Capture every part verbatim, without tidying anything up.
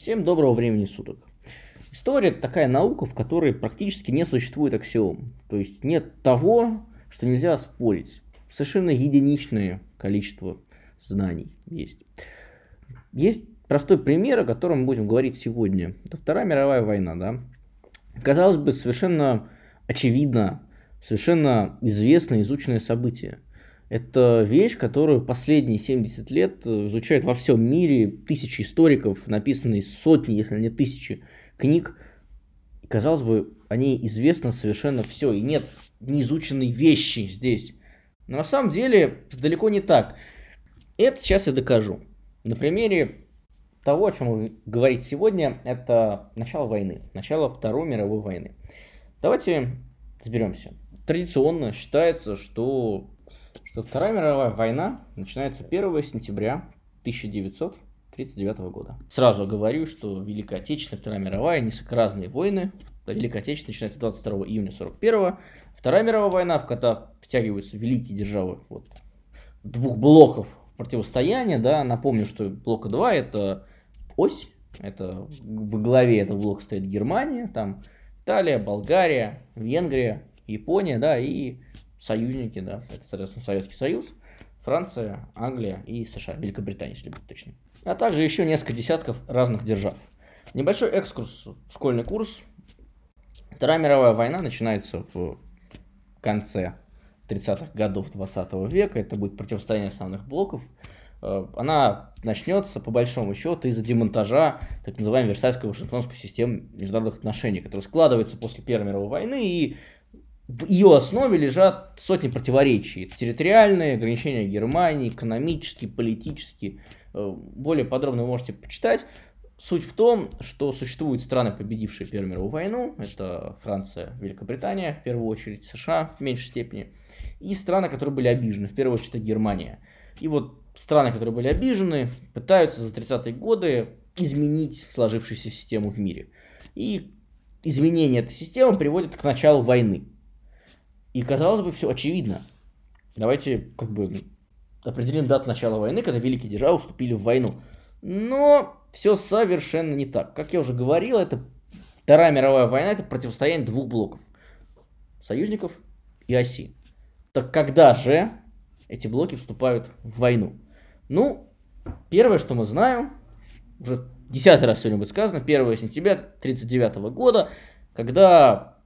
Всем доброго времени суток. История – это такая наука, в которой практически не существует аксиом. То есть нет того, что нельзя спорить. Совершенно единичное количество знаний есть. Есть простой пример, о котором мы будем говорить сегодня. Это Вторая мировая война. Да? Казалось бы, совершенно очевидно, совершенно известное, изученное событие. Это вещь, которую последние семьдесят лет изучают во всем мире, тысячи историков, написанные сотни, если не тысячи книг. И, казалось бы, о ней известно совершенно все, и нет неизученной вещи здесь. Но на самом деле далеко не так. Это сейчас я докажу. На примере того, о чем говорить сегодня, это начало войны, начало Второй мировой войны. Давайте разберемся. Традиционно считается, что... что Вторая мировая война начинается первого сентября тысяча девятьсот тридцать девятого года. Сразу говорю, что Великая Отечественная, Вторая мировая, несколько разные войны. Великая Отечественная начинается двадцать второго июня сорок первого. Вторая мировая война, в которой втягиваются великие державы вот, двух блоков противостояния. Да. Напомню, что блока два это ось. Это во главе этого блока стоит Германия, там Италия, Болгария, Венгрия, Япония, да, и союзники, да, это, соответственно, Советский Союз, Франция, Англия и США, Великобритания, если быть точным. А также еще несколько десятков разных держав. Небольшой экскурс в школьный курс. Вторая мировая война начинается в конце тридцатых годов двадцатого века. Это будет противостояние основных блоков. Она начнется, по большому счету, из-за демонтажа так называемой Версальско-Вашингтонской системы международных отношений, которая складывается после Первой мировой войны, и в ее основе лежат сотни противоречий. Территориальные, ограничения Германии, экономические, политические. Более подробно вы можете почитать. Суть в том, что существуют страны, победившие Первую мировую войну. Это Франция, Великобритания, в первую очередь, США в меньшей степени. И страны, которые были обижены, в первую очередь, это Германия. И вот страны, которые были обижены, пытаются за тридцатые годы изменить сложившуюся систему в мире. И изменение этой системы приводит к началу войны. И, казалось бы, все очевидно. Давайте как бы определим дату начала войны, когда великие державы вступили в войну. Но все совершенно не так. Как я уже говорил, это Вторая мировая война, это противостояние двух блоков. Союзников и оси. Так когда же эти блоки вступают в войну? Ну, первое, что мы знаем, уже десятый раз сегодня будет сказано, первого сентября тысяча девятьсот тридцать девятого года, когда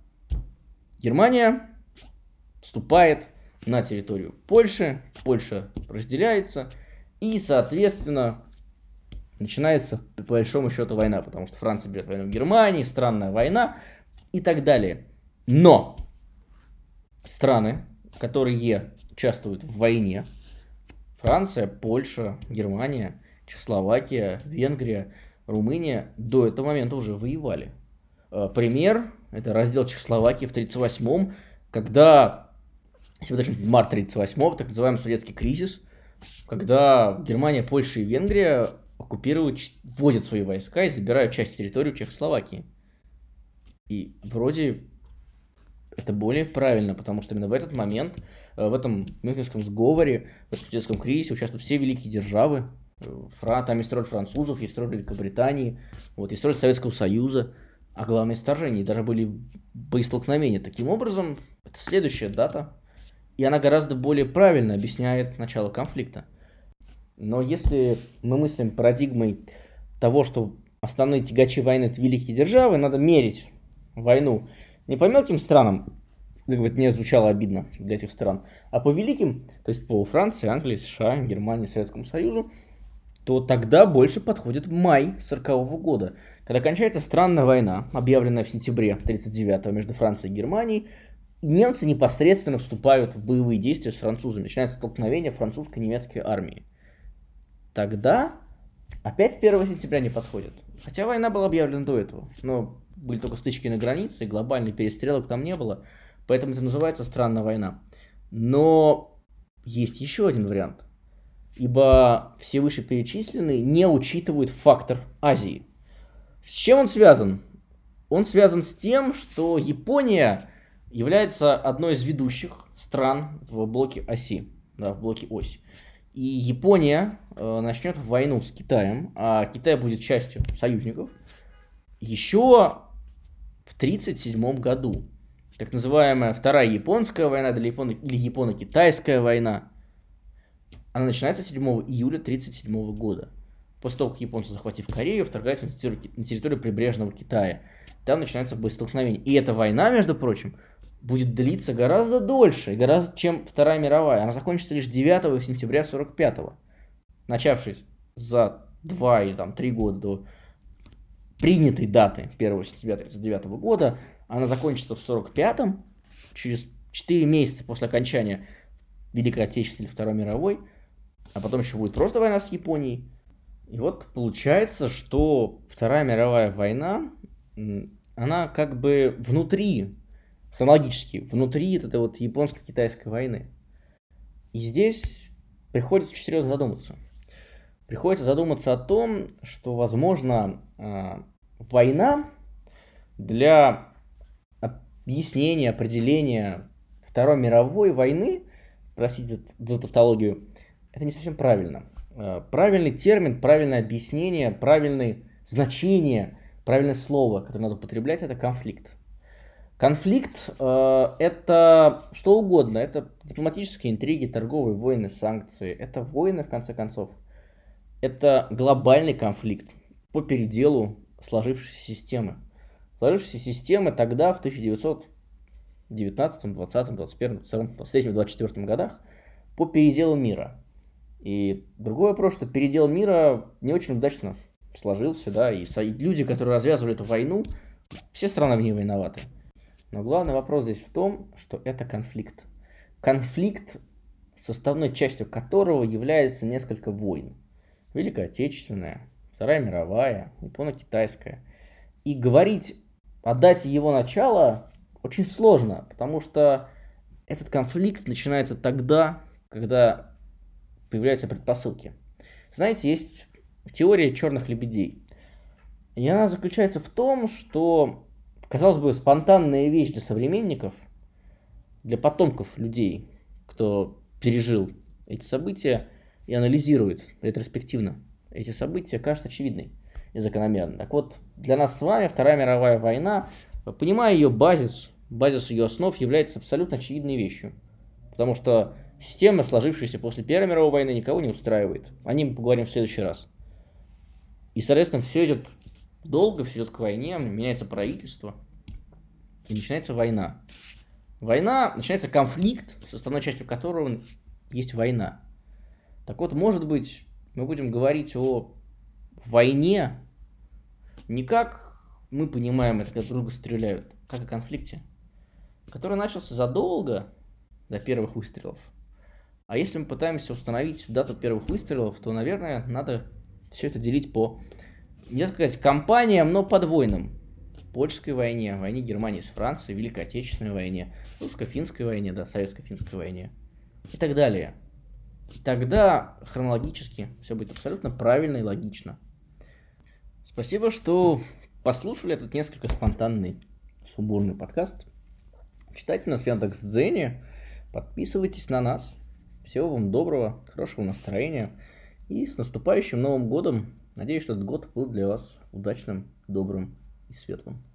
Германия вступает на территорию Польши, Польша разделяется, и, соответственно, начинается, по большому счету, война, потому что Франция берет войну в Германии, странная война и так далее. Но страны, которые участвуют в войне, Франция, Польша, Германия, Чехословакия, Венгрия, Румыния, до этого момента уже воевали. Пример, это раздел Чехословакии в тридцать восьмом, когда... Если вы точно, март тридцать восьмого, так называемый Судетский кризис, когда Германия, Польша и Венгрия оккупируют, вводят свои войска и забирают часть территории Чехословакии. И вроде это более правильно, потому что именно в этот момент, в этом Мюнхенском сговоре, в этом Судетском кризисе участвуют все великие державы. Там есть роль французов, есть роль Великобритании, вот, есть роль Советского Союза, а главное вторжение, даже были боестолкновения. Таким образом, это следующая дата. И она гораздо более правильно объясняет начало конфликта. Но если мы мыслим парадигмой того, что основные тягачи войны – это великие державы, надо мерить войну не по мелким странам, как бы это не звучало обидно для этих стран, а по великим, то есть по Франции, Англии, США, Германии, Советскому Союзу, то тогда больше подходит май сорокового года, когда кончается странная война, объявленная в сентябре тридцать девятого между Францией и Германией. И немцы непосредственно вступают в боевые действия с французами. Начинается столкновение французско-немецкой армии. Тогда опять первого сентября не подходит. Хотя война была объявлена до этого. Но были только стычки на границе, глобальный перестрелок там не было. Поэтому это называется странная война. Но есть еще один вариант. Ибо все вышеперечисленные не учитывают фактор Азии. С чем он связан? Он связан с тем, что Япония является одной из ведущих стран в блоке оси, да, в блоке ось. и Япония э, начнет войну с Китаем, а Китай будет частью союзников, еще в тридцать седьмом году. Так называемая Вторая Японская война или Японо-Китайская война, она начинается седьмого июля тридцать седьмого года. После того, как японцы, захватив Корею, вторгаются на территорию, на территорию прибрежного Китая. Там начинается боестолкновение. И эта война, между прочим, будет длиться гораздо дольше, гораздо, чем Вторая мировая. Она закончится лишь девятого сентября сорок пятого, начавшись за два или там три года до принятой даты первого сентября тридцать девятого года. Она закончится в сорок пятом, через четыре месяца после окончания Великой Отечественной или Второй мировой, а потом еще будет просто война с Японией. И вот получается, что Вторая мировая война, она как бы внутри, хронологически, внутри этой вот японско-китайской войны. И здесь приходится очень серьезно задуматься. Приходится задуматься о том, что, возможно, война для объяснения, определения Второй мировой войны, простите за, за тавтологию, это не совсем правильно. Правильный термин, правильное объяснение, правильное значение, правильное слово, которое надо употреблять, это конфликт. Конфликт э, это что угодно, это дипломатические интриги, торговые войны, санкции, это войны, в конце концов. Это глобальный конфликт по переделу сложившейся системы. Сложившейся системы тогда, в тысяча девятьсот девятнадцатом, двадцатом, двадцать первом, двадцать втором, двадцать третьем, двадцать четвёртом годах по переделу мира. И другой вопрос, что передел мира не очень удачно сложился, да, и люди, которые развязывали эту войну, все страны в ней виноваты. Но главный вопрос здесь в том, что это конфликт. Конфликт, составной частью которого является несколько войн. Великая Отечественная, Вторая мировая, Японо-Китайская. И говорить о дате его начала очень сложно, потому что этот конфликт начинается тогда, когда появляются предпосылки. Знаете, есть теория черных лебедей. И она заключается в том, что, казалось бы, спонтанная вещь для современников, для потомков людей, кто пережил эти события и анализирует ретроспективно эти события, кажется очевидной и закономерной. Так вот, для нас с вами Вторая мировая война, понимая ее базис, базис ее основ, является абсолютно очевидной вещью. Потому что система, сложившаяся после Первой мировой войны, никого не устраивает. О ней мы поговорим в следующий раз. И, соответственно, все идет долго, все идет к войне, меняется правительство, и начинается война. Война, начинается конфликт, составной частью которого есть война. Так вот, может быть, мы будем говорить о войне не как мы понимаем это, когда друг друга стреляют, как о конфликте, который начался задолго до первых выстрелов. А если мы пытаемся установить дату первых выстрелов, то, наверное, надо все это делить по, не сказать, кампаниям, но подвойным. Польской войне, войне Германии с Францией, Великой Отечественной войне, русско-финской войне, да, советско-финской войне и так далее. И тогда хронологически все будет абсолютно правильно и логично. Спасибо, что послушали этот несколько спонтанный сумбурный подкаст. Читайте нас в Яндекс.Дзене, подписывайтесь на нас. Всего вам доброго, хорошего настроения и с наступающим Новым годом. Надеюсь, что этот год был для вас удачным, добрым и светлым.